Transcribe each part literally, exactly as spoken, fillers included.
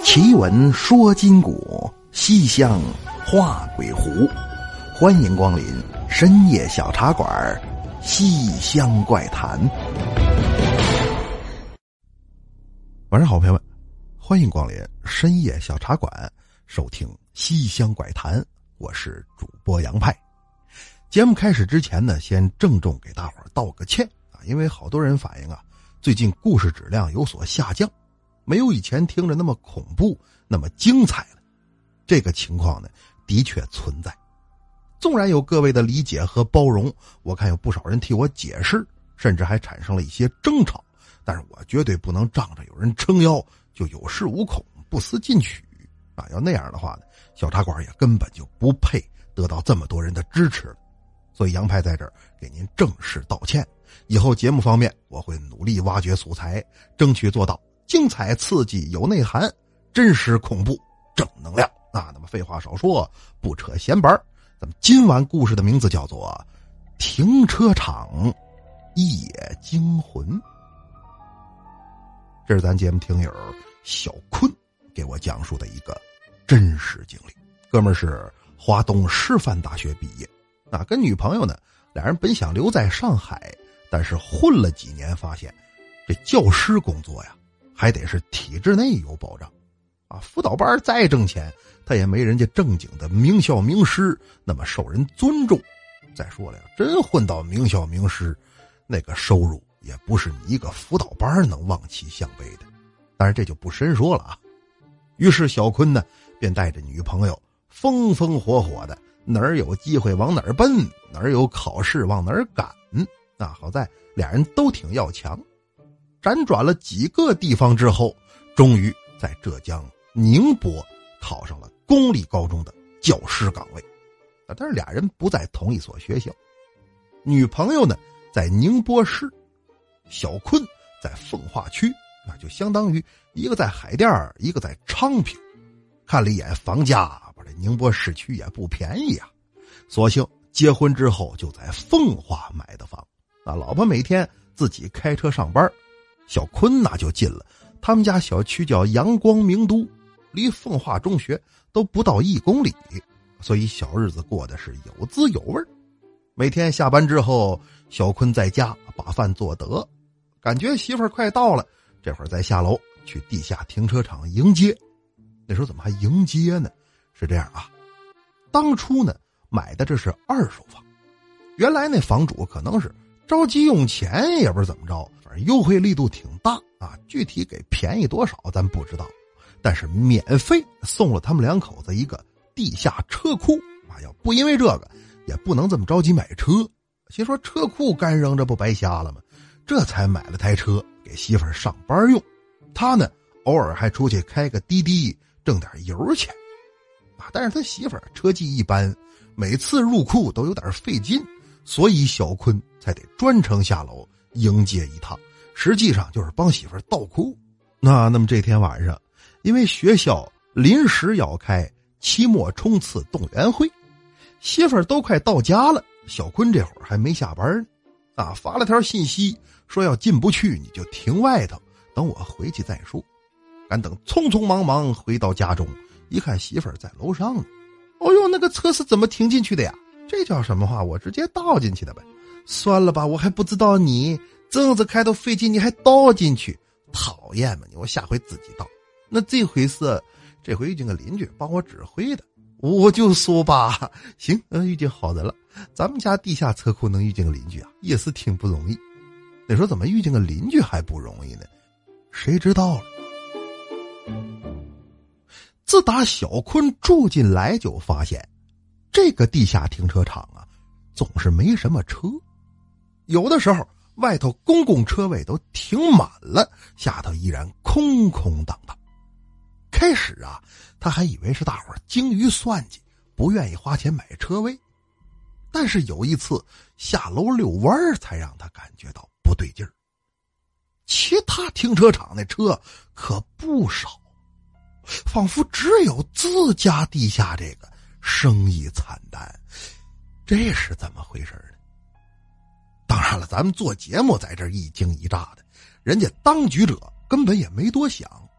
奇闻说今古，西厢画鬼狐。欢迎光临深夜小茶馆，西厢怪谈。晚上好，朋友们，欢迎光临深夜小茶馆，收听西厢怪谈。我是主播杨派。节目开始之前呢，先郑重给大伙儿道个歉啊，因为好多人反映啊，最近故事质量有所下降，没有以前听着那么恐怖那么精彩了。这个情况呢的确存在，纵然有各位的理解和包容，我看有不少人替我解释，甚至还产生了一些争吵，但是我绝对不能仗着有人撑腰就有恃无恐不思进取啊！要那样的话呢，小茶馆也根本就不配得到这么多人的支持了。所以杨派在这儿给您正式道歉，以后节目方面我会努力挖掘素材，争取做到精彩刺激有内涵，真实恐怖正能量啊！那么废话少说，不扯闲白，咱们今晚故事的名字叫做停车场夜惊魂。这是咱节目听友小坤给我讲述的一个真实经历。哥们儿是华东师范大学毕业啊，跟女朋友呢，俩人本想留在上海，但是混了几年发现这教师工作呀还得是体制内有保障啊，辅导班再挣钱他也没人家正经的名校名师那么受人尊重。再说了，真混到名校名师，那个收入也不是你一个辅导班能望其项背的。当然这就不深说了啊。于是小坤呢便带着女朋友风风火火的，哪儿有机会往哪儿奔，哪儿有考试往哪儿赶啊！好在俩人都挺要强，辗转了几个地方之后，终于在浙江宁波考上了公立高中的教师岗位。但是俩人不在同一所学校，女朋友呢在宁波市，小坤在奉化区，那就相当于一个在海淀，一个在昌平。看了一眼房价，这宁波市区也不便宜啊，索性结婚之后就在奉化买的房啊。老婆每天自己开车上班，小坤那就进了他们家小区叫阳光名都，离奉化中学都不到一公里，所以小日子过得是有滋有味。每天下班之后，小坤在家把饭做得，感觉媳妇儿快到了，这会儿再下楼去地下停车场迎接。那时候怎么还迎接呢？是这样啊，当初呢买的这是二手房，原来那房主可能是着急用钱，也不是怎么着，反正优惠力度挺大啊，具体给便宜多少咱不知道，但是免费送了他们两口子一个地下车库啊！要不因为这个，也不能这么着急买车。心说车库干扔着不白瞎了吗？这才买了台车给媳妇儿上班用，他呢偶尔还出去开个滴滴挣点油钱啊。但是他媳妇儿车技一般，每次入库都有点费劲，所以小坤才得专程下楼迎接一趟，实际上就是帮媳妇儿倒库。那那么这天晚上，因为学校临时要开期末冲刺动员会，媳妇儿都快到家了，小坤这会儿还没下班呢啊，发了条信息说要进不去你就停外头，等我回去再说。赶等匆匆忙忙回到家中，一看媳妇儿在楼上呢。哦呦，那个车是怎么停进去的呀？这叫什么话？我直接倒进去的呗。算了吧，我还不知道你正子开都费劲，你还倒进去，讨厌嘛你！我下回自己倒。那这回是，这回遇见个邻居帮我指挥的，我就说吧，行，嗯，遇见好人了。咱们家地下车库能遇见个邻居啊，也是挺不容易。你说怎么遇见个邻居还不容易呢？谁知道了。自打小坤住进来，就发现这个地下停车场啊，总是没什么车。有的时候外头公共车位都停满了，下头依然空空荡荡。开始啊，他还以为是大伙儿精于算计，不愿意花钱买车位。但是有一次下楼遛弯儿，才让他感觉到不对劲儿。其他停车场那车可不少，仿佛只有自家地下这个生意惨淡，这是怎么回事呢？当然了，咱们做节目在这儿一惊一乍的，人家当局者根本也没多想，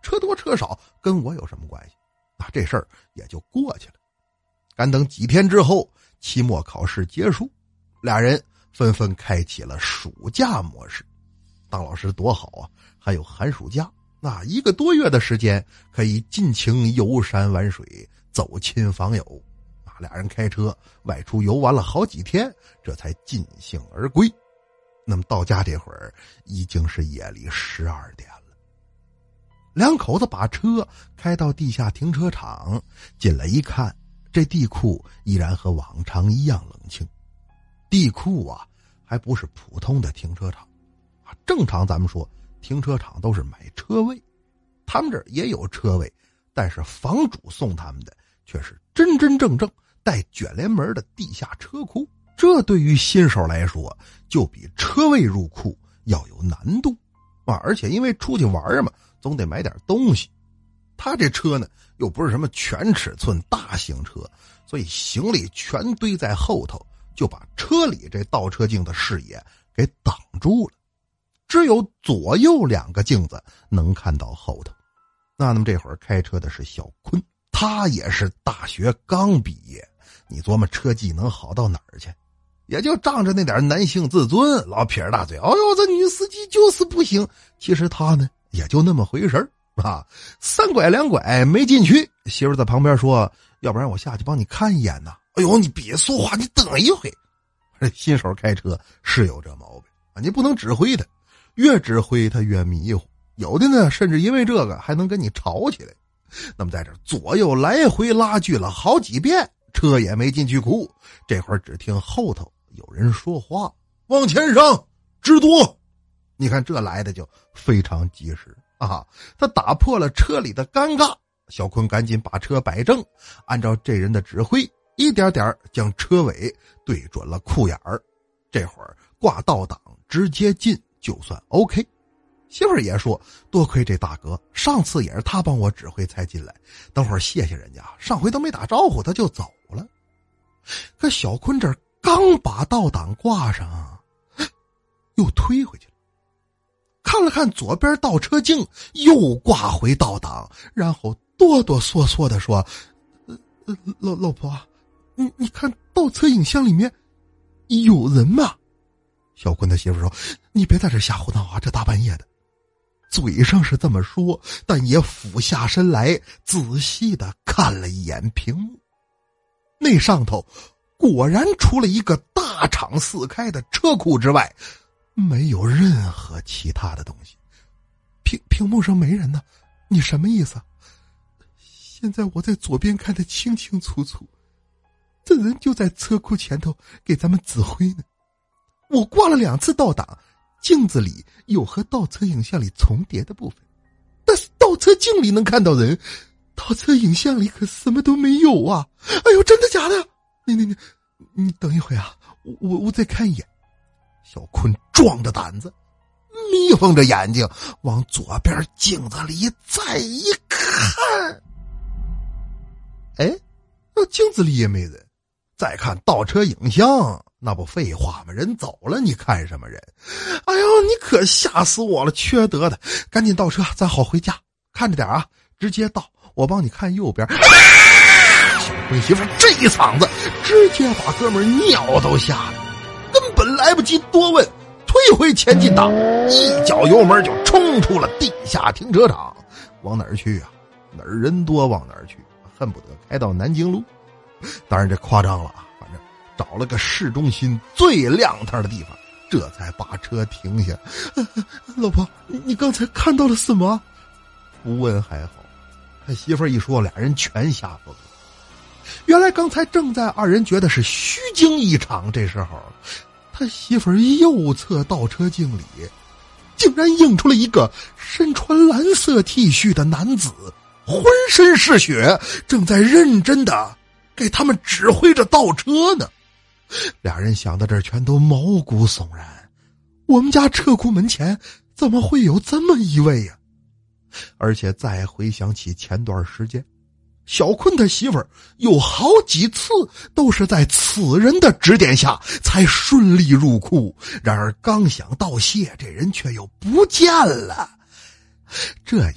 车多车少跟我有什么关系？那这事儿也就过去了。赶等几天之后，期末考试结束，俩人纷纷开启了暑假模式。当老师多好啊，还有寒暑假，那一个多月的时间可以尽情游山玩水，走亲访友。啊，俩人开车外出游玩了好几天，这才尽兴而归。那么到家这会儿已经是夜里十二点了。两口子把车开到地下停车场，进来一看，这地库依然和往常一样冷清。地库啊，还不是普通的停车场啊，正常咱们说停车场都是买车位，他们这儿也有车位，但是房主送他们的却是真真正正带卷帘门的地下车库。这对于新手来说就比车位入库要有难度啊！而且因为出去玩嘛，总得买点东西。他这车呢又不是什么全尺寸大型车，所以行李全堆在后头，就把车里这倒车镜的视野给挡住了。只有左右两个镜子能看到后头。那那么这会儿开车的是小坤，他也是大学刚毕业，你琢磨车技能好到哪儿去？也就仗着那点男性自尊，老撇着大嘴，哎呦，这女司机就是不行。其实他呢也就那么回事儿啊，三拐两拐没进去。媳妇在旁边说，要不然我下去帮你看一眼呢。哎呦，你别说话，你等一回。新手开车是有这毛病啊，你不能指挥他，越指挥他越迷糊，有的呢甚至因为这个还能跟你吵起来。那么在这左右来回拉锯了好几遍，车也没进去库。这会儿只听后头有人说话，往前上直多。你看这来的就非常及时啊，他打破了车里的尴尬。小坤赶紧把车摆正，按照这人的指挥，一点点将车尾对准了库眼儿。这会儿挂倒档直接进就算 OK。 媳妇儿也说，多亏这大哥上次也是他帮我指挥才进来，等会儿谢谢人家，上回都没打招呼他就走了。可小坤这刚把倒档挂上，又推回去了，看了看左边倒车镜，又挂回倒档，然后哆哆嗦嗦的说，呃呃、老老婆，你你看倒车影像里面有人吗？小坤的媳妇说，你别在这瞎胡闹啊，这大半夜的。嘴上是这么说，但也俯下身来仔细的看了一眼屏幕。那上头果然除了一个大敞四开的车库之外，没有任何其他的东西。屏屏幕上没人呢，你什么意思？现在我在左边看得清清楚楚，这人就在车库前头给咱们指挥呢。我挂了两次倒档，镜子里有和倒车影像里重叠的部分，但是倒车镜里能看到人，倒车影像里可什么都没有啊！哎呦，真的假的？你你你你等一会啊，我我我再看一眼。小坤壮着胆子，眯缝着眼睛往左边镜子里再一看，哎，那镜子里也没人。再看倒车影像，那不废话吗？人走了，你看什么人？哎呦，你可吓死我了，缺德的！赶紧倒车，咱好回家。看着点啊，直接倒，我帮你看右边。小坤媳妇这一嗓子，直接把哥们儿尿都下了，根本来不及多问，推回前进档，一脚油门就冲出了地下停车场。往哪儿去啊？哪儿人多往哪儿去，恨不得开到南京路。当然这夸张了啊，反正找了个市中心最亮堂的地方，这才把车停下。老婆，你刚才看到了什么？不问还好，他媳妇儿一说，俩人全吓疯了。原来刚才正在二人觉得是虚惊一场，这时候他媳妇儿右侧倒车镜里竟然映出了一个身穿蓝色 T 恤的男子，浑身是血，正在认真的给他们指挥着倒车呢。俩人想到这儿全都毛骨悚然，我们家车库门前怎么会有这么一位呀、啊？而且再回想起前段时间，小坤他媳妇儿有好几次都是在此人的指点下才顺利入库，然而刚想道谢，这人却又不见了，这也太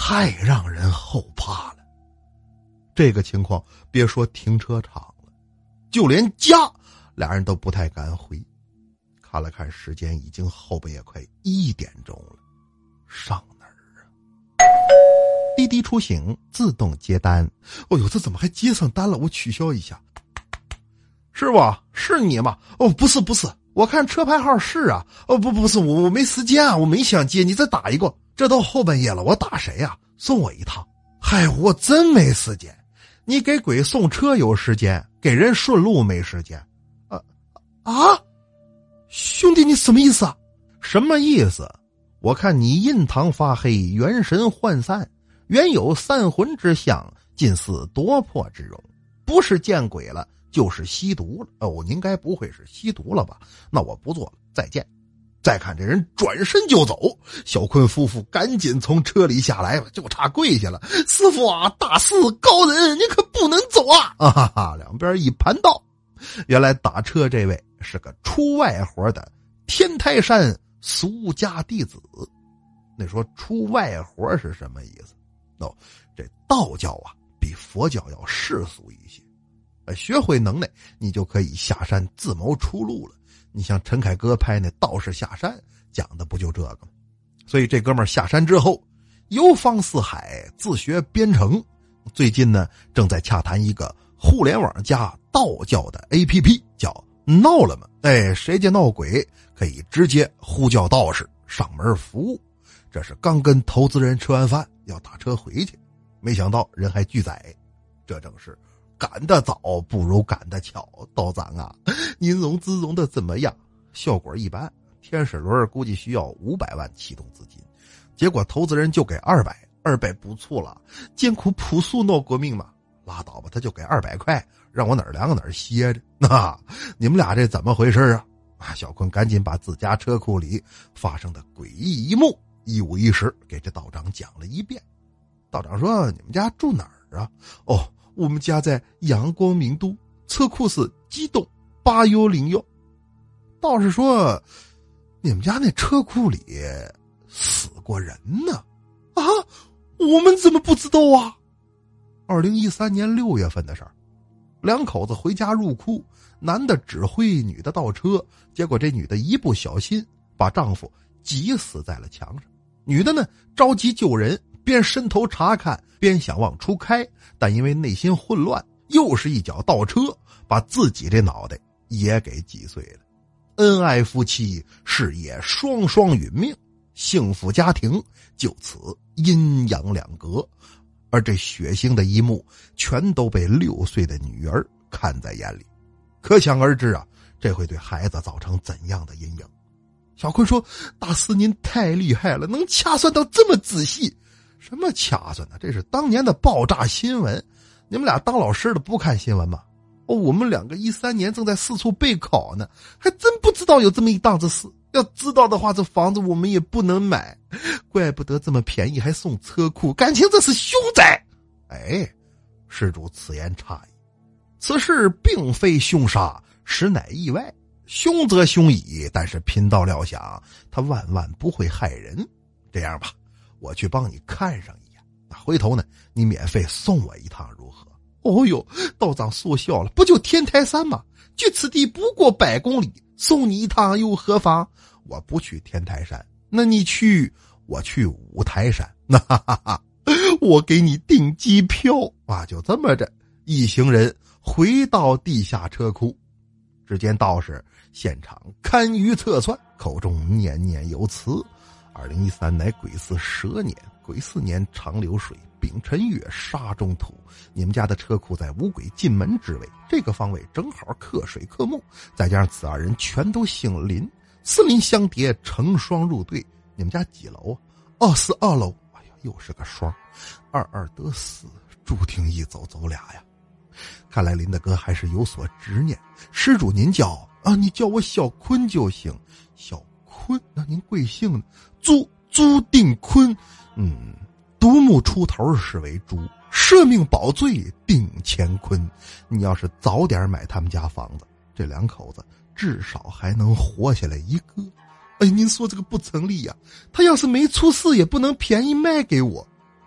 太让人后怕了。这个情况别说停车场了，就连家俩人都不太敢回。看了看时间，已经后半夜快一点钟了，上哪儿啊？滴滴出行自动接单。哦呦，这怎么还接上单了？我取消一下。师傅，是你吗？哦，不是不是，我看车牌号是啊。哦，不不是，我我没时间啊，我没想接，你再打一个。这都后半夜了，我打谁啊？送我一趟。嗨，我真没时间。你给鬼送车有时间，给人顺路没时间。啊啊！兄弟，你什么意思啊？什么意思？我看你印堂发黑，元神涣散，原有散魂之相，近似夺魄之容，不是见鬼了，就是吸毒了。哦，您该不会是吸毒了吧？那我不做了，再见。再看这人转身就走，小坤夫妇赶紧从车里下来，就差跪下了。师傅啊，大事高人，你可不能走啊！啊哈哈，两边一盘道，原来打车这位是个出外活的天台山俗家弟子。那说出外活是什么意思？哦，这道教啊比佛教要世俗一些，学会能耐你就可以下山自谋出路了。你像陈凯歌拍那道士下山讲的不就这个吗？所以这哥们儿下山之后游方四海，自学编程，最近呢正在洽谈一个互联网加道教的 A P P， 叫闹了吗？哎，谁家闹鬼可以直接呼叫道士上门服务。这是刚跟投资人吃完饭要打车回去，没想到人还拒载。这正是赶得早不如赶得巧，道长啊，您融资融的怎么样？效果一般，天使轮估计需要五百万启动资金，结果投资人就给二百，二百不错了，艰苦朴素闹革命嘛，拉倒吧，他就给二百块，让我哪儿凉哪儿歇着。那你们俩这怎么回事啊？小坤赶紧把自家车库里发生的诡异一幕一五一十给这道长讲了一遍。道长说：“你们家住哪儿啊？”哦。我们家在阳光名都，车库是机动八一零一。道士说：“你们家那车库里死过人呢？”啊，我们怎么不知道啊？二零一三年六月份的事儿，两口子回家入库，男的指挥女的倒车，结果这女的一不小心把丈夫挤死在了墙上。女的呢着急救人，边伸头查看边想往出开，但因为内心混乱，又是一脚倒车，把自己这脑袋也给挤碎了。恩爱夫妻事业双双殒命，幸福家庭就此阴阳两隔。而这血腥的一幕全都被六岁的女儿看在眼里，可想而知啊，这会对孩子造成怎样的阴影。小坤说：“大师您太厉害了，能掐算到这么仔细。”什么掐算呢？这是当年的爆炸新闻。你们俩当老师的不看新闻吗？哦，我们两个一三年正在四处备考呢，还真不知道有这么一档子事。要知道的话，这房子我们也不能买，怪不得这么便宜还送车库，感情这是凶宅。哎，施主此言差矣，此事并非凶杀，实乃意外。凶则凶矣，但是贫道料想他万万不会害人。这样吧，我去帮你看上一眼，回头呢你免费送我一趟如何？哦哟，道长说笑了，不就天台山吗？距此地不过百公里，送你一趟又何妨？我不去天台山，那你去，我去五台山。那哈哈哈，我给你订机票啊！就这么着，一行人回到地下车库。只见道士现场堪舆测算，口中念念有词。二零一三乃癸巳蛇年，癸巳年长流水，丙辰月沙中土。你们家的车库在五鬼进门之位，这个方位正好克水克木，再加上此二人全都姓林，四邻相叠，成双入对。你们家几楼啊？二十二楼。哎呀，又是个双，二二得四，注定一走走俩呀。看来林大哥还是有所执念。施主您叫啊，你叫我小坤就行。小坤，那您贵姓呢？朱朱定坤。嗯，独木出头是为朱，赦命保罪定乾坤。你要是早点买他们家房子，这两口子至少还能活下来一个。哎，您说这个不成立呀、啊？他要是没出事，也不能便宜卖给我。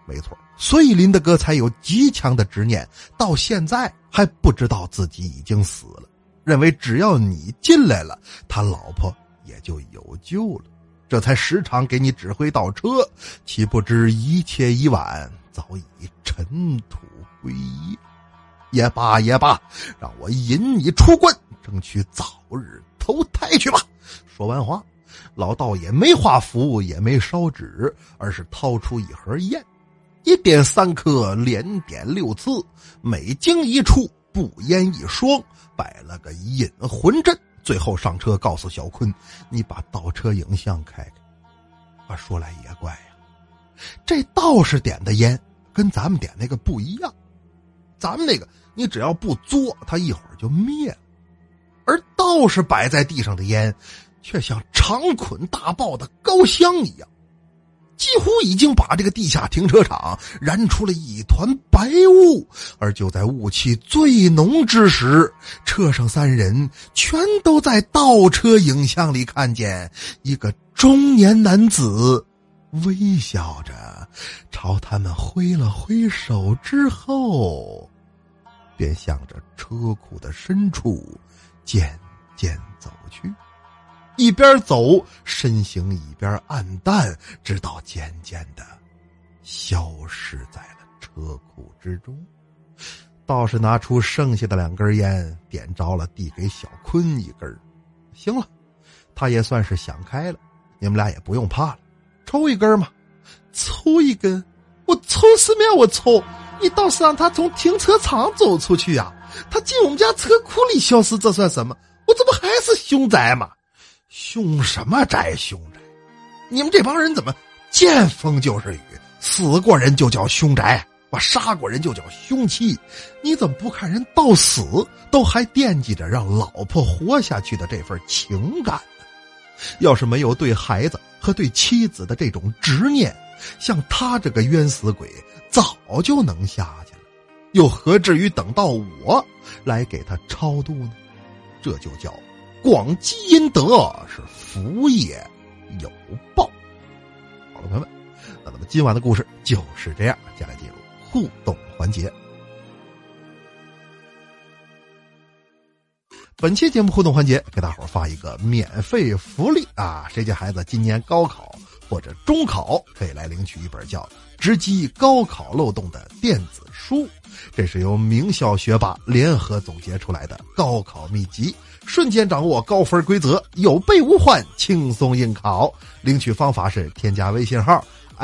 没错，所以林德哥才有极强的执念，到现在还不知道自己已经死了，认为只要你进来了，他老婆也就有救了，这才时常给你指挥倒车，岂不知一切已晚，早已尘土归一。也罢也罢，让我引你出关，争取早日投胎去吧。说完话，老道也没画符，也没烧纸，而是掏出一盒烟，一点三颗，连点六次，每经一处，不烟一双，摆了个引魂阵。最后上车告诉小坤，你把倒车影像开开。啊，说来也怪呀、啊，这道士点的烟跟咱们点那个不一样，咱们那个你只要不作，它一会儿就灭了，而道士摆在地上的烟却像长捆大爆的高香一样，几乎已经把这个地下停车场燃出了一团白雾。而就在雾气最浓之时，车上三人全都在倒车影像里看见一个中年男子微笑着朝他们挥了挥手之后，便向着车库的深处渐渐走去。一边走，身形一边暗淡，直到渐渐的消失在了车库之中。道士拿出剩下的两根烟，点着了，递给小坤一根。行了，他也算是想开了，你们俩也不用怕了，抽一根嘛。抽一根？我抽什么呀？我抽！你倒是让他从停车场走出去呀、啊！他进我们家车库里消失，这算什么？我这不还是凶宅吗？凶什么宅？凶宅？你们这帮人怎么见风就是雨？死过人就叫凶宅，我杀过人就叫凶妻。你怎么不看人到死都还惦记着让老婆活下去的这份情感呢？要是没有对孩子和对妻子的这种执念，像他这个冤死鬼早就能下去了，又何至于等到我来给他超度呢？这就叫广积阴德，是福也有报。好了，朋友们，那咱们今晚的故事就是这样，接下来进入互动环节。本期节目互动环节给大伙儿发一个免费福利啊！谁家孩子今年高考或者中考，可以来领取一本叫《直击高考漏洞》的电子书。这是由名校学霸联合总结出来的高考秘籍，瞬间掌握高分规则，有备无患，轻松应考。领取方法是添加微信号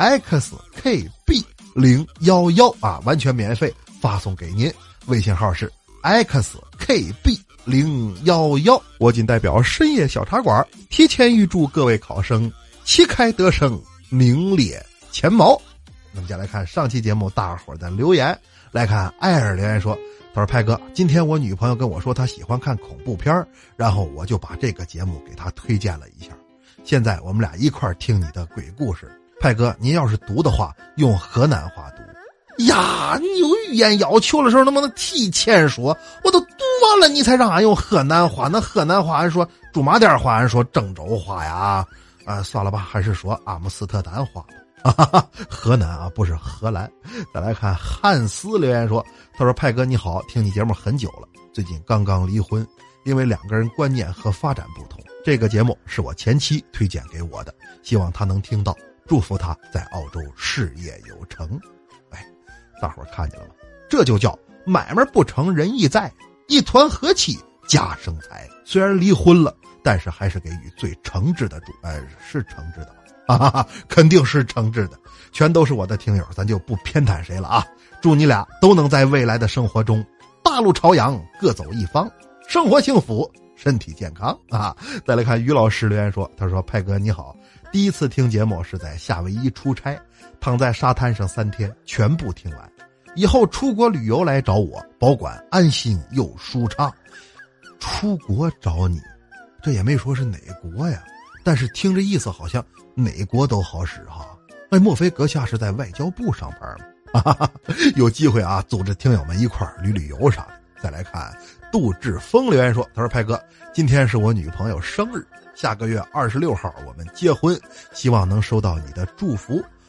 X K B 零一一 啊，完全免费发送给您。微信号是 X K B零一一。我仅代表深夜小茶馆提前预祝各位考生旗开得胜，名列前茅。那么接下来看上期节目大伙的留言，来看艾尔留言说，他说派哥，今天我女朋友跟我说她喜欢看恐怖片，然后我就把这个节目给她推荐了一下，现在我们俩一块听你的鬼故事。派哥，您要是读的话用河南话读。呀，你有语言要求的时候能不能提前说？我都读完了你才让俺用河南话，那河南话俺说驻马店话，俺说郑州话呀，啊，算了吧，还是说阿姆斯特丹话。哈哈，河南啊，不是荷兰。再来看汉斯留言说，他说派哥你好，听你节目很久了，最近刚刚离婚，因为两个人观念和发展不同，这个节目是我前妻推荐给我的，希望他能听到，祝福他在澳洲事业有成。哎，大伙儿看见了吗？这就叫买卖不成仁义在，一团和气家生财。虽然离婚了，但是还是给予最诚挚的祝，哎，是诚挚的吧？哈哈哈，肯定是诚挚的，全都是我的听友，咱就不偏袒谁了啊！祝你俩都能在未来的生活中大路朝阳，各走一方，生活幸福，身体健康啊！再来看于老师留言说，他说派哥你好，第一次听节目是在夏威夷出差，躺在沙滩上三天，全部听完，以后出国旅游来找我，保管安心又舒畅。出国找你，这也没说是哪国呀，但是听着意思好像哪国都好使哈。哎，莫非阁下是在外交部上班吗？哈哈，有机会啊，组织听友们一块儿旅旅游啥的。再来看杜志峰留言说，他说派哥，今天是我女朋友生日，下个月二十六号我们结婚，希望能收到你的祝福。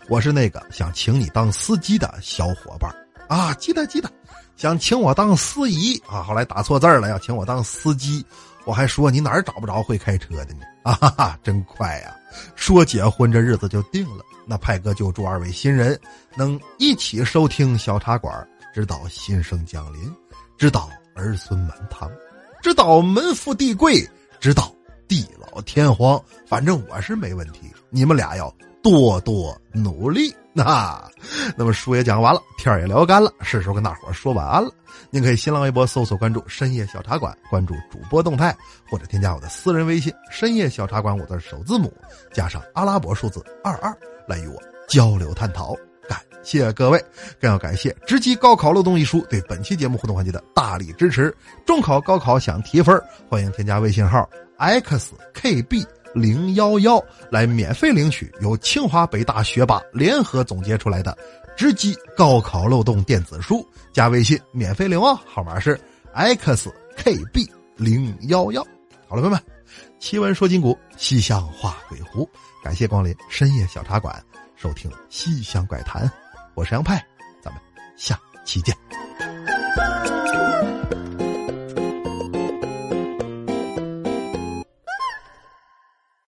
我是那个想请你当司机的小伙伴啊，记得记得，想请我当司仪啊，后来打错字了，要请我当司机，我还说你哪儿找不着会开车的呢？啊哈哈，真快呀！说结婚这日子就定了。那派哥就祝二位新人能一起收听小茶馆，直到新生降临，直到儿孙满堂，直到门富地贵，直到地老天荒。反正我是没问题，你们俩要多多努力。那那么书也讲完了，天也聊干了，是时候跟大伙说晚安了。您可以新浪微博搜索关注深夜小茶馆，关注主播动态，或者添加我的私人微信深夜小茶馆五字首字母加上阿拉伯数字二二，来与我交流探讨。感谢各位，更要感谢直击高考漏洞一书对本期节目互动环节的大力支持。中考高考想提分，欢迎添加微信号 X K B零一一来免费领取由清华北大学霸联合总结出来的直击高考漏洞电子书，加微信免费领哦，号码是 X K B零一一。好了，朋友们，奇闻说今古，西厢画鬼狐，感谢光临深夜小茶馆，收听西厢怪谈，我是杨派，咱们下期见。